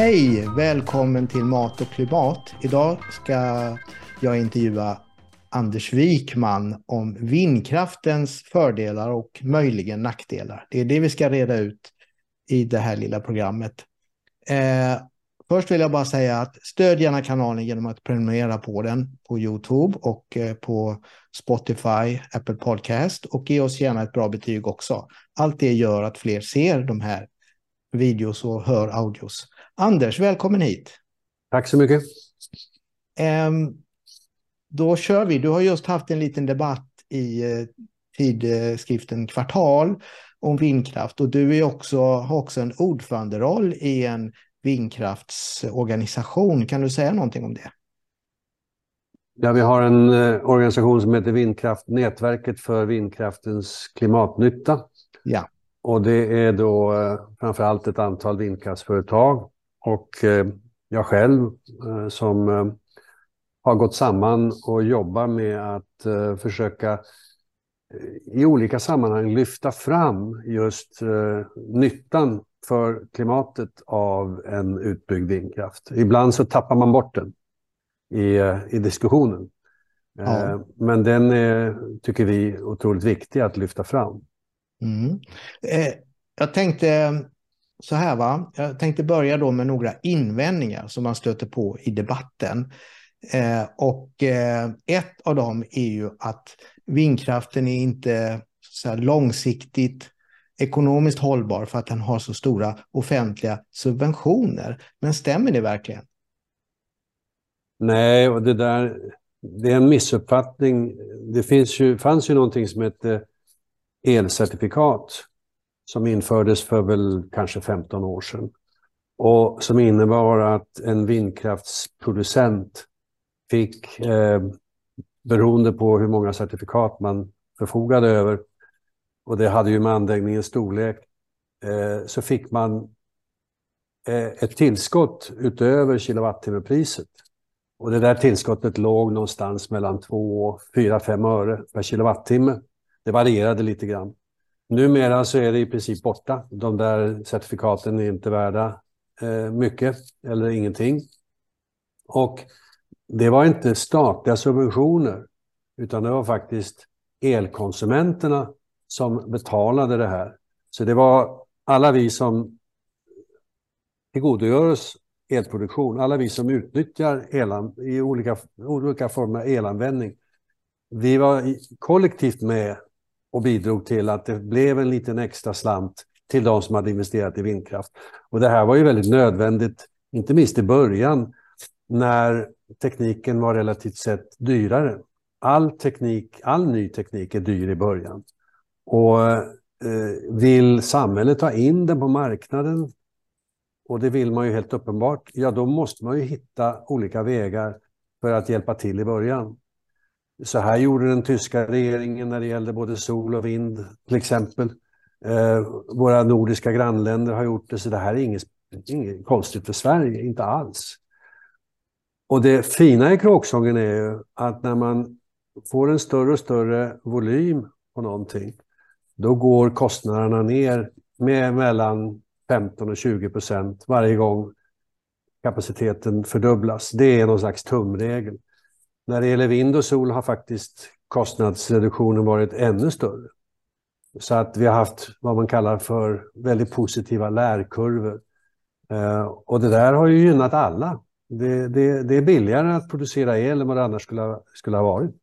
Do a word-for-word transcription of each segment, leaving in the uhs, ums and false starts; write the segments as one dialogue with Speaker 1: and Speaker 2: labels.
Speaker 1: Hej, välkommen till Mat och klimat. Idag ska jag intervjua Anders Wikman om vindkraftens fördelar och möjligen nackdelar. Det är det vi ska reda ut i det här lilla programmet. Eh, först vill jag bara säga att stöd gärna kanalen genom att prenumerera på den på YouTube och eh, på Spotify, Apple Podcast, och ge oss gärna ett bra betyg också. Allt det gör att fler ser de här videos och hör audios. Anders, välkommen hit.
Speaker 2: Tack så mycket.
Speaker 1: Um, då kör vi. Du har just haft en liten debatt i uh, tidskriften Kvartal om vindkraft, och du är också, har också en ordföranderoll i en vindkraftsorganisation. Kan du säga någonting om det?
Speaker 2: Ja, vi har en eh, organisation som heter Vindkraft, Nätverket för vindkraftens klimatnytta.
Speaker 1: Ja.
Speaker 2: Och det är då eh, framförallt ett antal vindkraftsföretag och eh, jag själv eh, som eh, har gått samman och jobbar med att eh, försöka eh, i olika sammanhang lyfta fram just eh, nyttan för klimatet av en utbyggd vindkraft. Ibland så tappar man bort den i, eh, i diskussionen.
Speaker 1: Ja.
Speaker 2: Eh, men den är, tycker vi, otroligt viktig att lyfta fram.
Speaker 1: Mm. Eh, jag tänkte så här va, jag tänkte börja då med några invändningar som man stöter på i debatten. Eh, och eh, ett av dem är ju att vindkraften är inte så här långsiktigt ekonomiskt hållbar för att den har så stora offentliga subventioner. Men stämmer det verkligen?
Speaker 2: Nej, och det där, det är en missuppfattning. Det finns ju, fanns ju någonting som heter elcertifikat som infördes för väl kanske femton år sedan. Och som innebar att en vindkraftsproducent fick, eh, beroende på hur många certifikat man förfogade över, och det hade ju med anläggningens storlek, eh, så fick man eh, ett tillskott utöver kilowattimmepriset. Och det där tillskottet låg någonstans mellan två och fyra fem öre per kilowattimme. Det varierade lite grann. Numera så är det i princip borta. De där certifikaten är inte värda eh, mycket eller ingenting. Och det var inte statliga subventioner, utan det var faktiskt elkonsumenterna som betalade det här. Så det var alla vi som tillgodogör oss elproduktion, alla vi som utnyttjar elan, i olika, olika former av elanvändning. Vi var kollektivt med och bidrog till att det blev en liten extra slant till de som hade investerat i vindkraft. Och det här var ju väldigt nödvändigt, inte minst i början när tekniken var relativt sett dyrare. All teknik, all ny teknik är dyr i början. Och eh, vill samhället ta in den på marknaden, och det vill man ju helt uppenbart, ja då måste man ju hitta olika vägar för att hjälpa till i början. Så här gjorde den tyska regeringen när det gällde både sol och vind till exempel. Eh, våra nordiska grannländer har gjort det, så det här är inget, inget konstigt för Sverige, inte alls. Och det fina i kråksången är ju att när man får en större och större volym på någonting, då går kostnaderna ner med mellan femton och tjugo procent varje gång kapaciteten fördubblas. Det är någon slags tumregel. När det gäller vind och sol har faktiskt kostnadsreduktionen varit ännu större. Så att vi har haft vad man kallar för väldigt positiva lärkurvor. Eh, och det där har ju gynnat alla. Det, det, det är billigare att producera el än vad det annars skulle ha, skulle ha varit.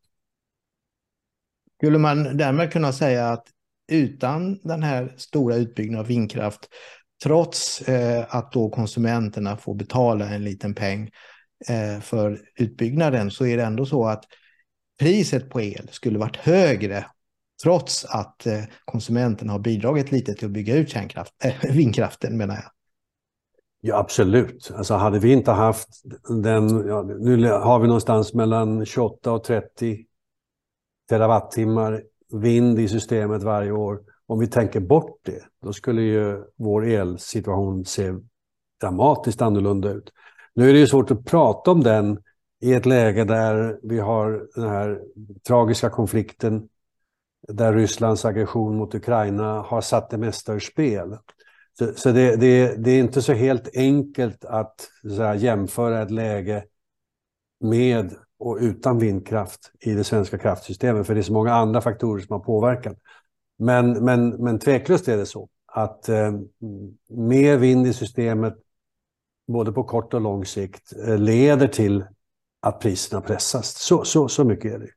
Speaker 1: Skulle man därmed kunna säga att utan den här stora utbyggnaden av vindkraft, trots eh, att då konsumenterna får betala en liten peng eh, för utbyggnaden, så är det ändå så att priset på el skulle varit högre trots att eh, konsumenterna har bidragit lite till att bygga ut kärnkraft, äh, vindkraften menar jag.
Speaker 2: Ja, absolut. Alltså hade vi inte haft den, ja, nu har vi någonstans mellan tjugoåtta och trettio terawattimmar vind i systemet varje år. Om vi tänker bort det, då skulle ju vår elsituation se dramatiskt annorlunda ut. Nu är det ju svårt att prata om den i ett läge där vi har den här tragiska konflikten där Rysslands aggression mot Ukraina har satt det mesta ur spel. Så, så det, det, det är inte så helt enkelt att så här, jämföra ett läge med och utan vindkraft i det svenska kraftsystemet, för det är så många andra faktorer som har påverkat. Men, men, men tveklöst är det så att eh, mer vind i systemet både på kort och lång sikt eh, leder till att priserna pressas. Så, så, så mycket är det.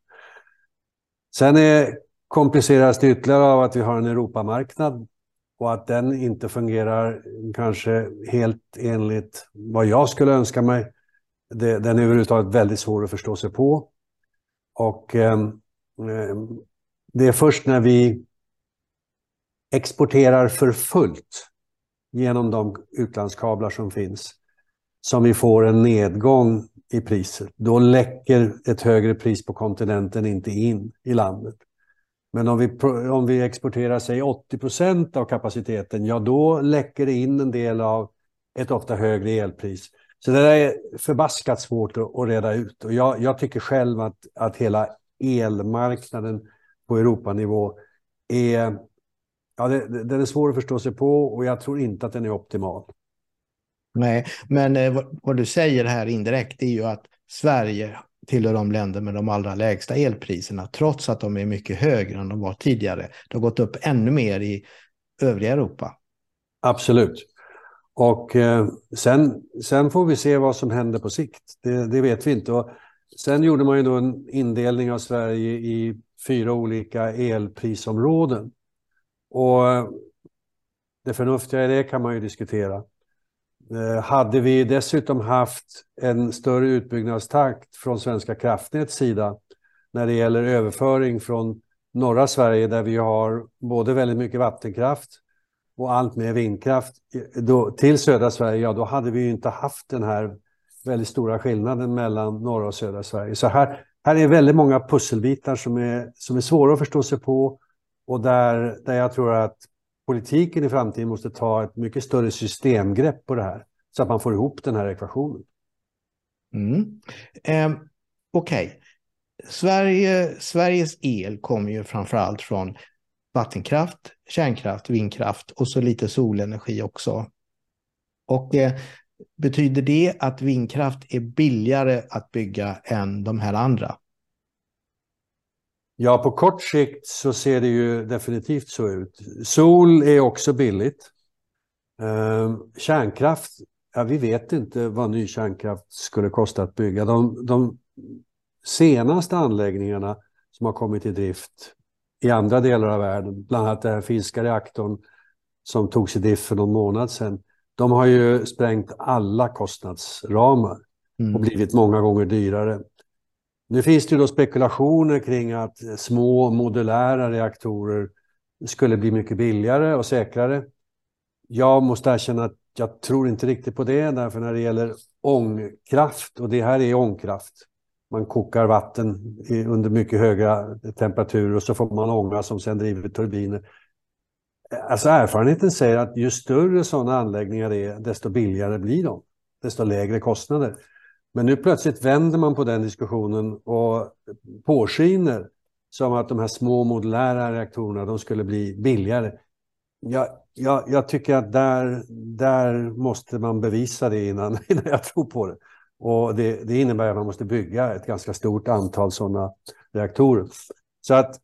Speaker 2: Sen är, kompliceras det ytterligare av att vi har en Europamarknad och att den inte fungerar kanske helt enligt vad jag skulle önska mig. Det, den är överhuvudtaget väldigt svår att förstå sig på. Och eh, det är först när vi exporterar för fullt genom de utlandskablar som finns som vi får en nedgång i priser. Då läcker ett högre pris på kontinenten inte in i landet. Men om vi, om vi exporterar sig åttio procent av kapaciteten, ja då läcker det in en del av ett ofta högre elpris. Så det där är förbaskat svårt att, att reda ut. Och jag, jag tycker själv att, att hela elmarknaden på Europanivå är, ja, det, den är svår att förstå sig på och jag tror inte att den är optimal.
Speaker 1: Nej, men eh, vad, vad du säger här indirekt är ju att Sverige tillhör de länder med de allra lägsta elpriserna, trots att de är mycket högre än de var tidigare. Det har gått upp ännu mer i övriga Europa.
Speaker 2: Absolut. Och eh, sen, sen får vi se vad som händer på sikt. Det, det vet vi inte. Och sen gjorde man ju då en indelning av Sverige i fyra olika elprisområden. Och det förnuftiga i det kan man ju diskutera. Eh, hade vi dessutom haft en större utbyggnadstakt från Svenska kraftnäts sida när det gäller överföring från norra Sverige där vi har både väldigt mycket vattenkraft och allt mer vindkraft då, till södra Sverige, ja då hade vi ju inte haft den här väldigt stora skillnaden mellan norra och södra Sverige. Så här, här är väldigt många pusselbitar som är, som är svåra att förstå sig på och där, där jag tror att politiken i framtiden måste ta ett mycket större systemgrepp på det här så att man får ihop den här ekvationen.
Speaker 1: Mm. Eh, Okej. Okay. Sverige, Sveriges el kommer ju framförallt från vattenkraft, kärnkraft, vindkraft och så lite solenergi också. Och eh, betyder det att vindkraft är billigare att bygga än de här andra?
Speaker 2: Ja, på kort sikt så ser det ju definitivt så ut. Sol är också billigt. Eh, kärnkraft, ja, vi vet inte vad ny kärnkraft skulle kosta att bygga. De, de senaste anläggningarna som har kommit i drift i andra delar av världen, bland annat den finska reaktorn som togs i drift för någon månad sedan, de har ju sprängt alla kostnadsramar mm. och blivit många gånger dyrare. Nu finns det ju då spekulationer kring att små modulära reaktorer skulle bli mycket billigare och säkrare. Jag måste erkänna att jag tror inte riktigt på det, därför när det gäller ångkraft, och det här är ångkraft, man kokar vatten under mycket höga temperaturer och så får man ånga som sedan driver turbiner. Alltså erfarenheten säger att ju större sådana anläggningar är, desto billigare blir de. Desto lägre kostnader. Men nu plötsligt vänder man på den diskussionen och påskiner som att de här små modulära reaktorerna de skulle bli billigare. Jag, jag, jag tycker att där, där måste man bevisa det innan, innan jag tror på det. Och det, det innebär att man måste bygga ett ganska stort antal sådana reaktorer. Så att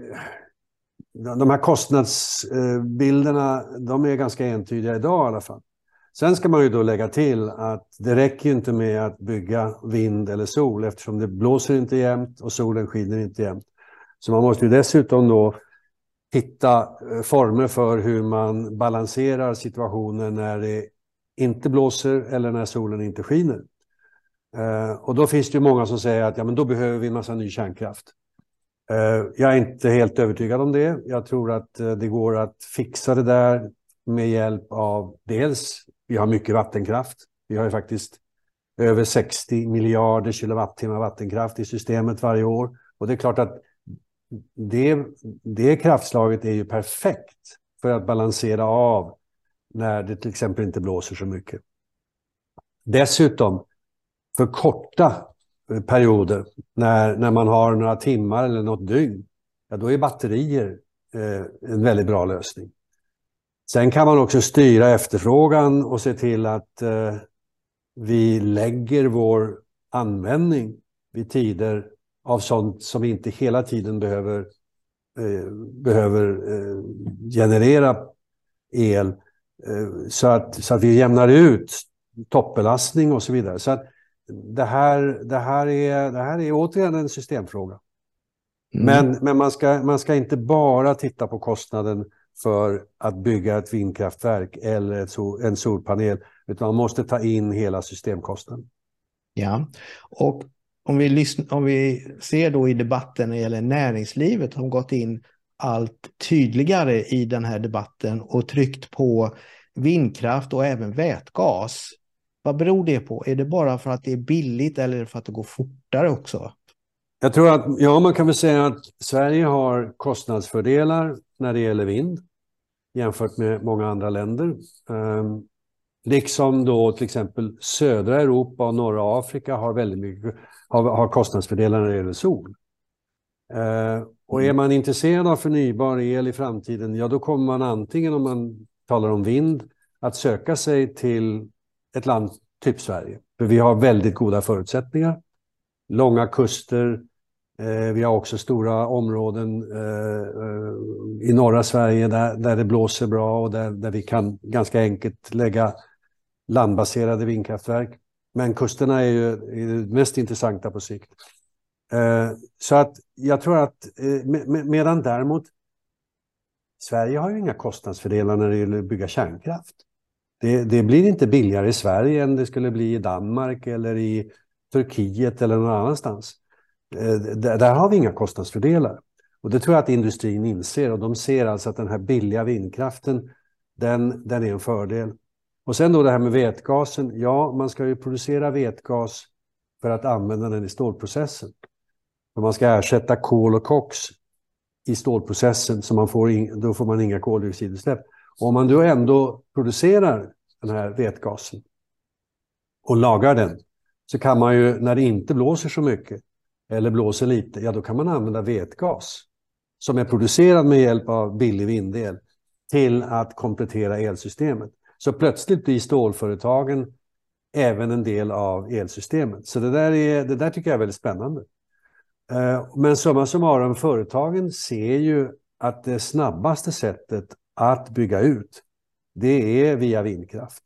Speaker 2: de här kostnadsbilderna, de är ganska entydiga idag i alla fall. Sen ska man ju då lägga till att det räcker inte med att bygga vind eller sol eftersom det blåser inte jämnt och solen skiner inte jämnt. Så man måste ju dessutom då hitta former för hur man balanserar situationer när det inte blåser eller när solen inte skiner. Och då finns det ju många som säger att ja, men då behöver vi en massa ny kärnkraft. Jag är inte helt övertygad om det. Jag tror att det går att fixa det där med hjälp av dels, vi har mycket vattenkraft. Vi har ju faktiskt över sextio miljarder kilowattimmar vattenkraft i systemet varje år. Och det är klart att det, det kraftslaget är ju perfekt för att balansera av när det till exempel inte blåser så mycket. Dessutom, för korta perioder, när, när man har några timmar eller något dygn, ja, då är batterier eh, en väldigt bra lösning. Sen kan man också styra efterfrågan och se till att eh, vi lägger vår användning vid tider av sånt som vi inte hela tiden behöver, eh, behöver eh, generera el, eh, så, att, så att vi jämnar ut toppbelastning och så vidare. Så att det här, det här, är, det här är återigen en systemfråga. Mm. Men, men man, ska, man ska inte bara titta på kostnaden för att bygga ett vindkraftverk eller ett sol, en solpanel, utan man måste ta in hela systemkostnaden.
Speaker 1: Ja, och om vi, lyssn- om vi ser då i debatten när det gäller näringslivet har gått in allt tydligare i den här debatten och tryckt på vindkraft och även vätgas. Vad beror det på? Är det bara för att det är billigt eller för att det går fortare också?
Speaker 2: Jag tror att, ja, man kan väl säga att Sverige har kostnadsfördelar när det gäller vind jämfört med många andra länder. Um, liksom då till exempel södra Europa och norra Afrika har väldigt mycket har, har kostnadsfördelar när det gäller sol. Uh, och är man intresserad av förnybar el i framtiden, ja då kommer man antingen, om man talar om vind, att söka sig till ett land typ Sverige. För vi har väldigt goda förutsättningar. Långa kuster, eh, vi har också stora områden eh, eh, i norra Sverige där, där det blåser bra och där, där vi kan ganska enkelt lägga landbaserade vindkraftverk. Men kusterna är ju är det mest intressanta på sikt. Eh, så att jag tror att eh, med, medan däremot Sverige har ju inga kostnadsfördelar när det gäller att bygga kärnkraft. Det, det blir inte billigare i Sverige än det skulle bli i Danmark eller i Turkiet eller någon annanstans. Där, där har vi inga kostnadsfördelar. Och det tror jag att industrin inser, och de ser alltså att den här billiga vindkraften, den, den är en fördel. Och sen då det här med vätgasen, ja, man ska ju producera vätgas för att använda den i stålprocessen. För man ska ersätta kol och koks i stålprocessen, så man får in, då får man inga koldioxidutsläpp. Och om man då ändå producerar den här vätgasen och lagar den, så kan man ju, när det inte blåser så mycket eller blåser lite, ja då kan man använda vätgas som är producerad med hjälp av billig vindel till att komplettera elsystemet. Så plötsligt blir stålföretagen även en del av elsystemet. Så det där, är, det där tycker jag är väldigt spännande. Men summa summarum, företagen ser ju att det snabbaste sättet att bygga ut, det är via vindkraft.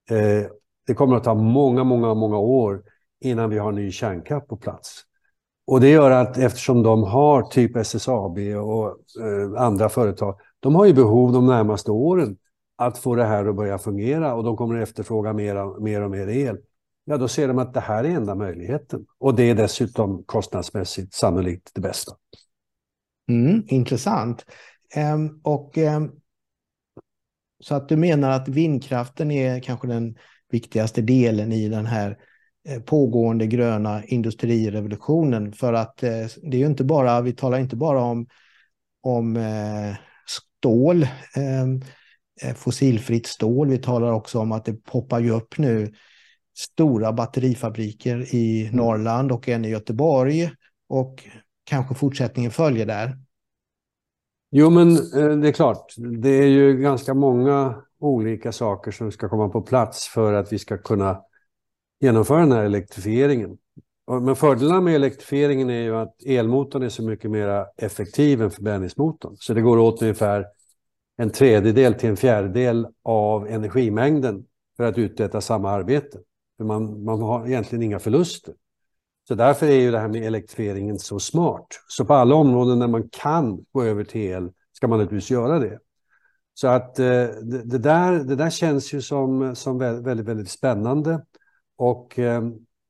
Speaker 2: Det kommer att ta många, många, många år innan vi har ny kärnkraft på plats. Och det gör att eftersom de har typ S S A B och eh, andra företag, de har ju behov de närmaste åren att få det här att börja fungera, och de kommer att efterfråga mer, mer och mer el. Ja, då ser de att det här är enda möjligheten. Och det är dessutom kostnadsmässigt sannolikt det bästa.
Speaker 1: Mm, intressant. Um, och um, så att du menar att vindkraften är kanske den viktigaste delen i den här pågående gröna industrirevolutionen, för att eh, det är ju inte bara, vi talar inte bara om, om eh, stål, eh, fossilfritt stål, vi talar också om att det poppar ju upp nu stora batterifabriker i Norrland och en i Göteborg, och kanske fortsättningen följer där.
Speaker 2: Jo, men eh, det är klart, det är ju ganska många olika saker som ska komma på plats för att vi ska kunna genomföra den här elektrifieringen. Men fördelarna med elektrifieringen är ju att elmotorn är så mycket mer effektiv än förbränningsmotorn. Så det går åt ungefär en tredjedel till en fjärdedel av energimängden för att uträtta samma arbete. För man, man har egentligen inga förluster. Så därför är ju det här med elektrifieringen så smart. Så på alla områden där man kan gå över till el ska man naturligtvis göra det. Så att det, det, där, det där känns ju som, som väldigt, väldigt spännande. Och eh,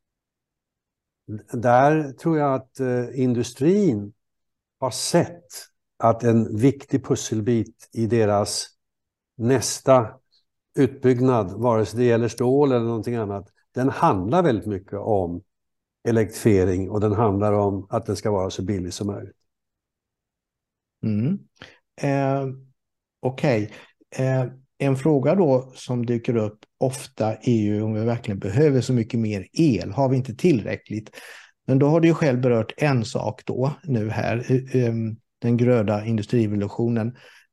Speaker 2: där tror jag att eh, industrin har sett att en viktig pusselbit i deras nästa utbyggnad, vare sig det gäller stål eller någonting annat, den handlar väldigt mycket om elektrifiering, och den handlar om att den ska vara så billig som möjligt.
Speaker 1: Mm. Eh, Okej. Okay. Eh, en fråga då som dyker upp ofta är ju om vi verkligen behöver så mycket mer el. Har vi inte tillräckligt? Men då har du ju själv berört en sak då nu här, den gröna industrirevolutionen.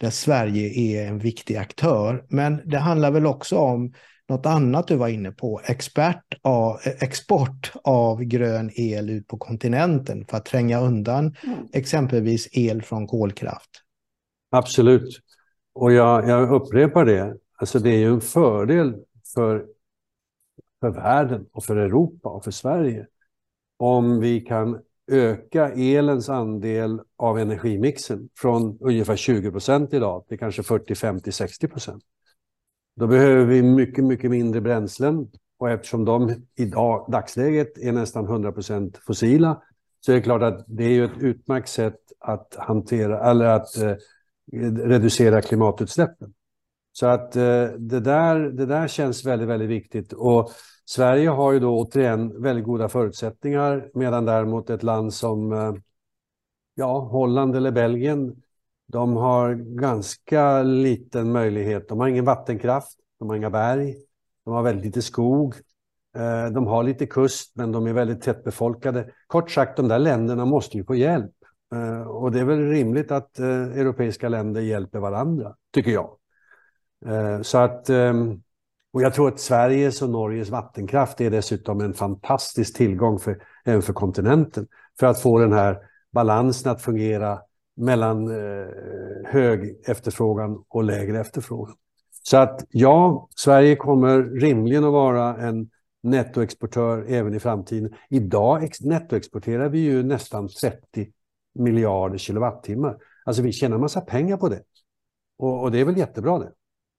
Speaker 1: där Sverige är en viktig aktör. Men det handlar väl också om något annat du var inne på, expert av, export av grön el ut på kontinenten för att tränga undan exempelvis el från kolkraft.
Speaker 2: Absolut. Och jag, jag upprepar det. Alltså det är ju en fördel för, för världen och för Europa och för Sverige om vi kan öka elens andel av energimixen från ungefär tjugo procent idag till kanske fyrtio, femtio, sextio procent. Då behöver vi mycket, mycket mindre bränslen, och eftersom de i dag, dagsläget är nästan hundra procent fossila, så är det klart att det är ju ett utmärkt sätt att hantera eller att eh, reducera klimatutsläppen. Så att eh, det, där, det där känns väldigt, väldigt viktigt, och Sverige har ju då återigen väldigt goda förutsättningar, medan däremot ett land som eh, ja, Holland eller Belgien, de har ganska liten möjlighet. De har ingen vattenkraft, de har inga berg, de har väldigt lite skog, eh, de har lite kust, men de är väldigt tättbefolkade. Kort sagt, de där länderna måste ju få hjälp. Eh, och det är väl rimligt att eh, europeiska länder hjälper varandra, tycker jag. Eh, så att, eh, och jag tror att Sveriges och Norges vattenkraft är dessutom en fantastisk tillgång för, även för kontinenten, för att få den här balansen att fungera mellan eh, hög efterfrågan och lägre efterfrågan. Så att ja, Sverige kommer rimligen att vara en nettoexportör även i framtiden. Idag ex- nettoexporterar vi ju nästan trettio miljarder kilowattimmar. Alltså vi tjänar massa pengar på det. Och, och det är väl jättebra det.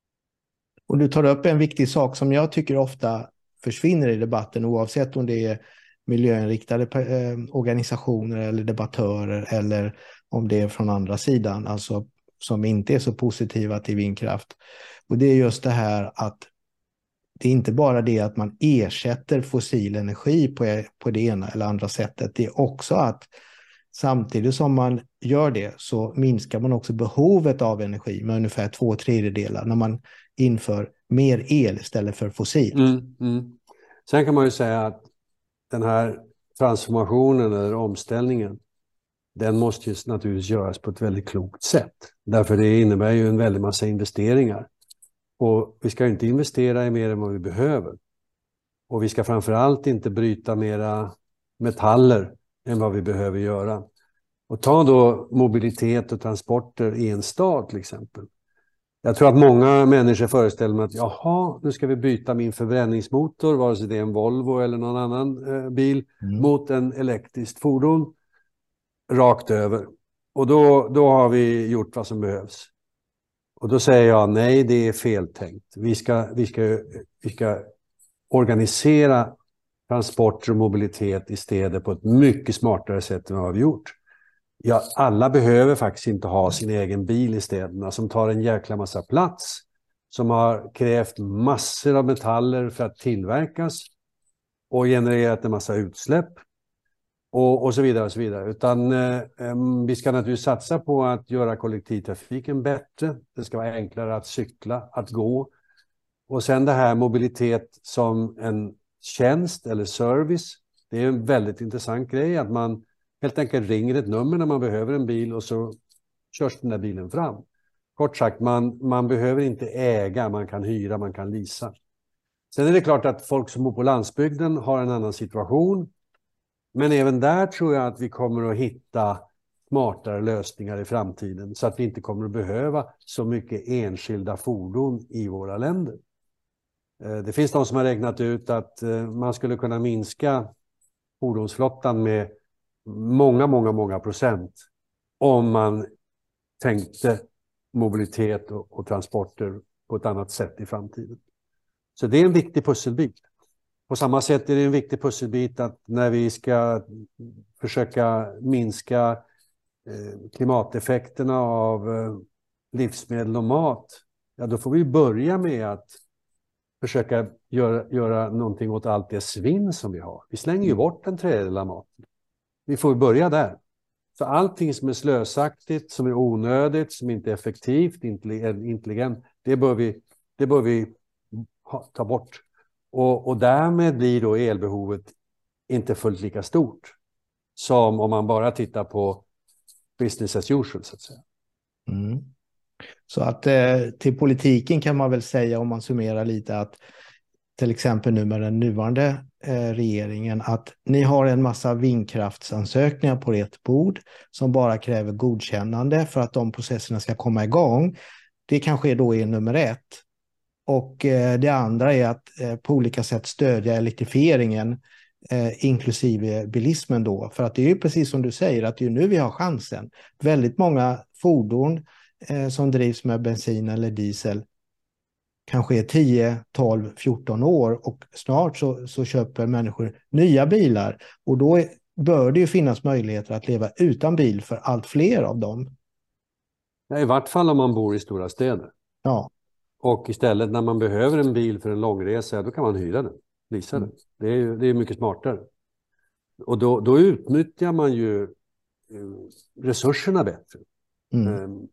Speaker 1: Och du tar upp en viktig sak som jag tycker ofta försvinner i debatten, oavsett om det är miljöinriktade eh, organisationer eller debattörer eller om det är från andra sidan, alltså som inte är så positiva till vindkraft. Och det är just det här att det är inte bara det att man ersätter fossil energi på, på det ena eller andra sättet. Det är också att samtidigt som man gör det så minskar man också behovet av energi med ungefär två tredjedelar när man inför mer el istället för fossil.
Speaker 2: Mm, mm. Sen kan man ju säga att den här transformationen eller omställningen, den måste ju naturligtvis göras på ett väldigt klokt sätt. Därför det innebär ju en väldig massa investeringar. Och vi ska inte investera i mer än vad vi behöver. Och vi ska framförallt inte bryta mera metaller än vad vi behöver göra. Och ta då mobilitet och transporter i en stad till exempel. Jag tror att många människor föreställer mig att jaha, nu ska vi byta min förbränningsmotor, vare sig det är en Volvo eller någon annan eh, bil, mm. mot en elektriskt fordon rakt över. Och då, då har vi gjort vad som behövs. Och då säger jag nej, det är feltänkt. Vi ska, vi ska, vi ska organisera transporter och mobilitet i städer på ett mycket smartare sätt än vad vi har gjort. Ja, alla behöver faktiskt inte ha sin egen bil i städerna som tar en jäkla massa plats, som har krävt massor av metaller för att tillverkas och genererat en massa utsläpp och, och så vidare och så vidare. Utan eh, vi ska naturligtvis satsa på att göra kollektivtrafiken bättre. Det ska vara enklare att cykla, att gå. Och sen det här mobilitet som en tjänst eller service. Det är en väldigt intressant grej att man helt enkelt ringer ett nummer när man behöver en bil och så körs den där bilen fram. Kort sagt, man, man behöver inte äga, man kan hyra, man kan leasa. Sen är det klart att folk som bor på landsbygden har en annan situation. Men även där tror jag att vi kommer att hitta smartare lösningar i framtiden så att vi inte kommer att behöva så mycket enskilda fordon i våra länder. Det finns de som har räknat ut att man skulle kunna minska fordonsflottan med många, många, många procent om man tänkte mobilitet och, och transporter på ett annat sätt i framtiden. Så det är en viktig pusselbit. På samma sätt är det en viktig pusselbit att när vi ska försöka minska eh, klimateffekterna av eh, livsmedel och mat, ja då får vi börja med att försöka göra, göra någonting åt allt det svinn som vi har. Vi slänger ju bort en tredjedel av maten. Vi får börja där. Så allting som är slösaktigt, som är onödigt, som inte är effektivt, intelligent, det bör vi, det bör vi ha, ta bort. Och, och därmed blir då elbehovet inte fullt lika stort som om man bara tittar på business as usual så att säga.
Speaker 1: Mm. Så att eh, till politiken kan man väl säga, om man summerar lite, att till exempel nu med den nuvarande eh, regeringen, att ni har en massa vindkraftsansökningar på ert bord som bara kräver godkännande för att de processerna ska komma igång. Det kanske då är nummer ett. Och eh, det andra är att eh, på olika sätt stödja elektrifieringen, eh, inklusive bilismen då. För att det är ju precis som du säger, att det är nu vi har chansen. Väldigt många fordon eh, som drivs med bensin eller diesel kanske är tio, tolv, fjorton år, och snart så, så köper människor nya bilar. Och då är, bör det ju finnas möjligheter att leva utan bil för allt fler av dem.
Speaker 2: Ja, i vart fall om man bor i stora städer.
Speaker 1: Ja.
Speaker 2: Och istället när man behöver en bil för en långresa, då kan man hyra den, leasa den. Det är, det är mycket smartare. Och då, då utnyttjar man ju eh, resurserna bättre.
Speaker 1: Mm.
Speaker 2: Um,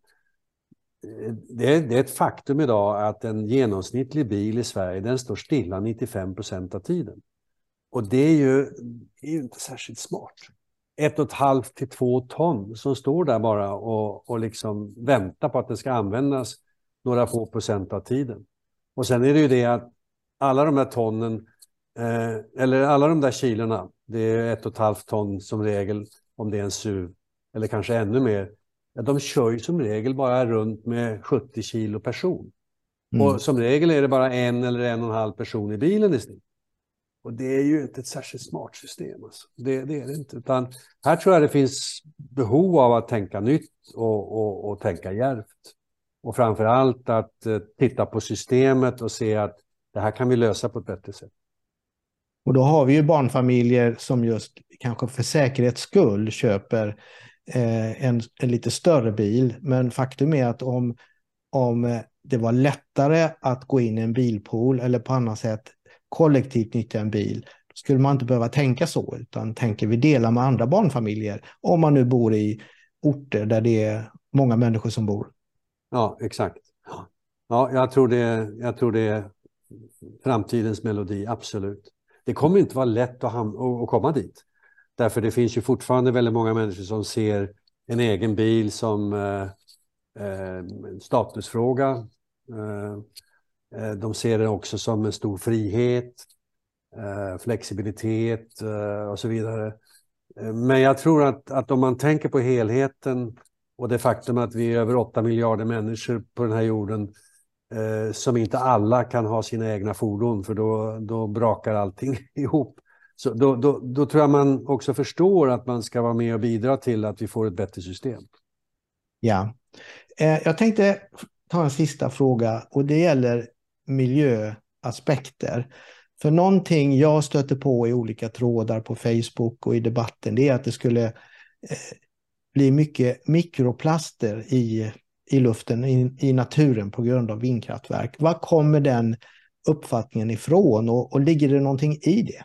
Speaker 2: det, är, det är ett faktum idag att en genomsnittlig bil i Sverige, den står stilla nittiofem procent av tiden. Och det är ju, det är ju inte särskilt smart. Ett och ett halvt till två ton som står där bara och, och liksom väntar på att det ska användas några få procent av tiden. Och sen är det ju det att alla de här tonnen, eh, eller alla de där kilorna, det är ett och ett halvt ton som regel om det är en S U V, eller kanske ännu mer. Ja, de kör ju som regel bara runt med sjuttio kilo person.
Speaker 1: Mm.
Speaker 2: Och som regel är det bara en eller en och en halv person i bilen i snitt. Och det är ju inte ett särskilt smart system. Alltså. Det, det är det inte. Utan här tror jag det finns behov av att tänka nytt och, och, och tänka djärvt. Och framförallt att eh, titta på systemet och se att det här kan vi lösa på ett bättre sätt.
Speaker 1: Och då har vi ju barnfamiljer som just kanske för säkerhets skull köper eh, en, en lite större bil. Men faktum är att om, om det var lättare att gå in i en bilpool eller på annat sätt kollektivt nyttja en bil, då skulle man inte behöva tänka så, utan tänker vi dela med andra barnfamiljer, om man nu bor i orter där det är många människor som bor.
Speaker 2: Ja, exakt. Ja, jag tror det, jag tror det är framtidens melodi, absolut. Det kommer inte vara lätt att, ham- att komma dit. Därför det finns ju fortfarande väldigt många människor som ser en egen bil som eh, eh, statusfråga. Eh, de ser det också som en stor frihet, eh, flexibilitet eh, och så vidare. Men jag tror att, att om man tänker på helheten och det faktum att vi är över åtta miljarder människor på den här jorden, eh, som inte alla kan ha sina egna fordon, för då, då brakar allting ihop. Så då, då, då tror jag man också förstår att man ska vara med och bidra till att vi får ett bättre system.
Speaker 1: Ja, eh, jag tänkte ta en sista fråga, och det gäller miljöaspekter. För någonting jag stöter på i olika trådar på Facebook och i debatten, det är att det skulle eh, bli mycket mikroplaster i, i luften, i, i naturen på grund av vindkraftverk. Var kommer den uppfattningen ifrån, och, och ligger det någonting i det?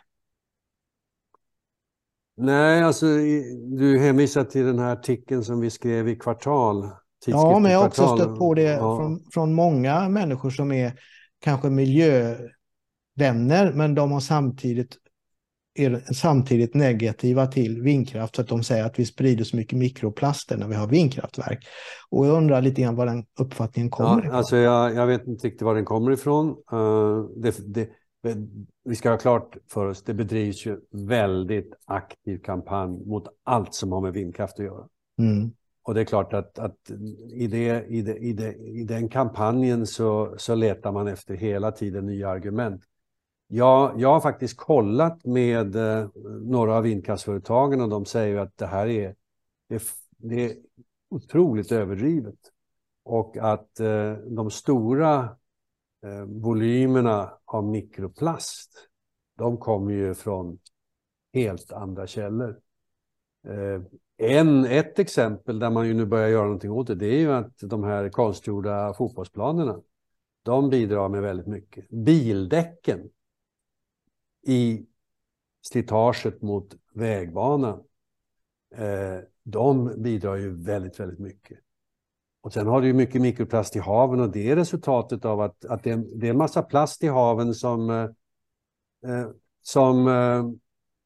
Speaker 2: Nej, alltså du hänvisar till den här artikeln som vi skrev i Kvartal.
Speaker 1: Ja, men jag har också
Speaker 2: Kvartal.
Speaker 1: stött på det
Speaker 2: Ja.
Speaker 1: från, från många människor som är kanske miljövänner, men de har samtidigt, är samtidigt negativa till vindkraft, så att de säger att vi sprider så mycket mikroplaster när vi har vindkraftverk. Och jag undrar lite grann var den uppfattningen kommer
Speaker 2: Ja,
Speaker 1: ifrån.
Speaker 2: alltså jag, jag vet inte riktigt var den kommer ifrån. Uh, det, det, vi ska ha klart för oss, det bedrivs ju väldigt aktiv kampanj mot allt som har med vindkraft att göra.
Speaker 1: Mm.
Speaker 2: Och det är klart att, att i, det, i, det, i, det, i den kampanjen så, så letar man efter hela tiden nya argument. Jag, jag har faktiskt kollat med eh, några av vindkraftsföretagen, och de säger att det här är, det, det är otroligt överdrivet. Och att eh, de stora eh, volymerna av mikroplast, de kommer ju från helt andra källor. Eh, en, ett exempel där man ju nu börjar göra någonting åt det, det är ju att de här konstgjorda fotbollsplanerna, de bidrar med väldigt mycket. Bildäcken i slitaget mot vägbanan, eh, de bidrar ju väldigt, väldigt mycket. Och sen har du ju mycket mikroplast i haven, och det är resultatet av att, att det, är, det är en massa plast i haven som, eh, som, eh,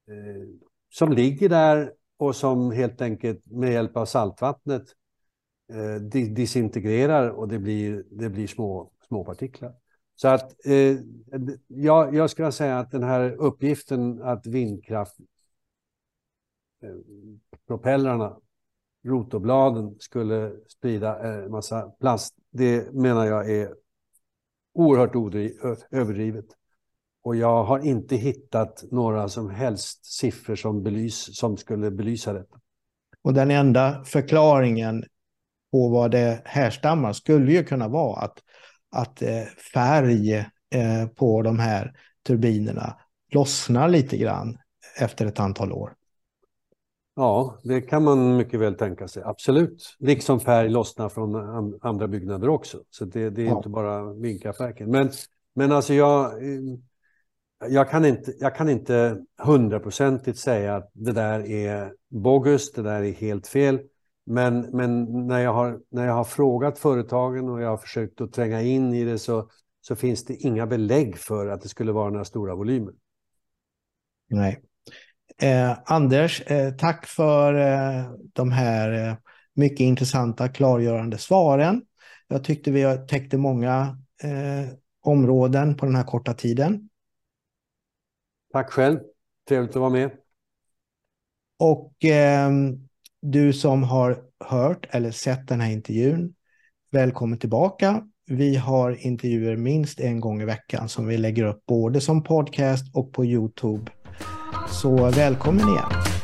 Speaker 2: som ligger där och som helt enkelt med hjälp av saltvattnet eh, disintegrerar och det blir, det blir små, små partiklar. Så att eh, jag, jag skulle säga att den här uppgiften att vindkraft eh, propellrarna, rotorbladen skulle sprida en massa plast, det menar jag är oerhört odri- överdrivet. Och jag har inte hittat några som helst siffror som, belys, som skulle belysa detta.
Speaker 1: Och den enda förklaringen på vad det härstammar skulle ju kunna vara att, att eh, färg eh, på de här turbinerna lossnar lite grann efter ett antal år.
Speaker 2: Ja, det kan man mycket väl tänka sig. Absolut. Liksom färg lossnar från andra byggnader också. Så det, det är ja. inte bara vindkraftverken. Men, men alltså jag, jag kan inte, jag kan inte hundraprocentigt säga att det där är bogus, det där är helt fel. Men, men när, jag har, när jag har frågat företagen och jag har försökt att tränga in i det så, så finns det inga belägg för att det skulle vara några stora volymer.
Speaker 1: Nej. Eh, Anders, eh, tack för eh, de här eh, mycket intressanta klargörande svaren. Jag tyckte vi täckte många eh, områden på den här korta tiden.
Speaker 2: Tack själv. Trevligt att vara med.
Speaker 1: Och eh, du som har hört eller sett den här intervjun, välkommen tillbaka. Vi har intervjuer minst en gång i veckan som vi lägger upp både som podcast och på YouTube. Så välkommen igen.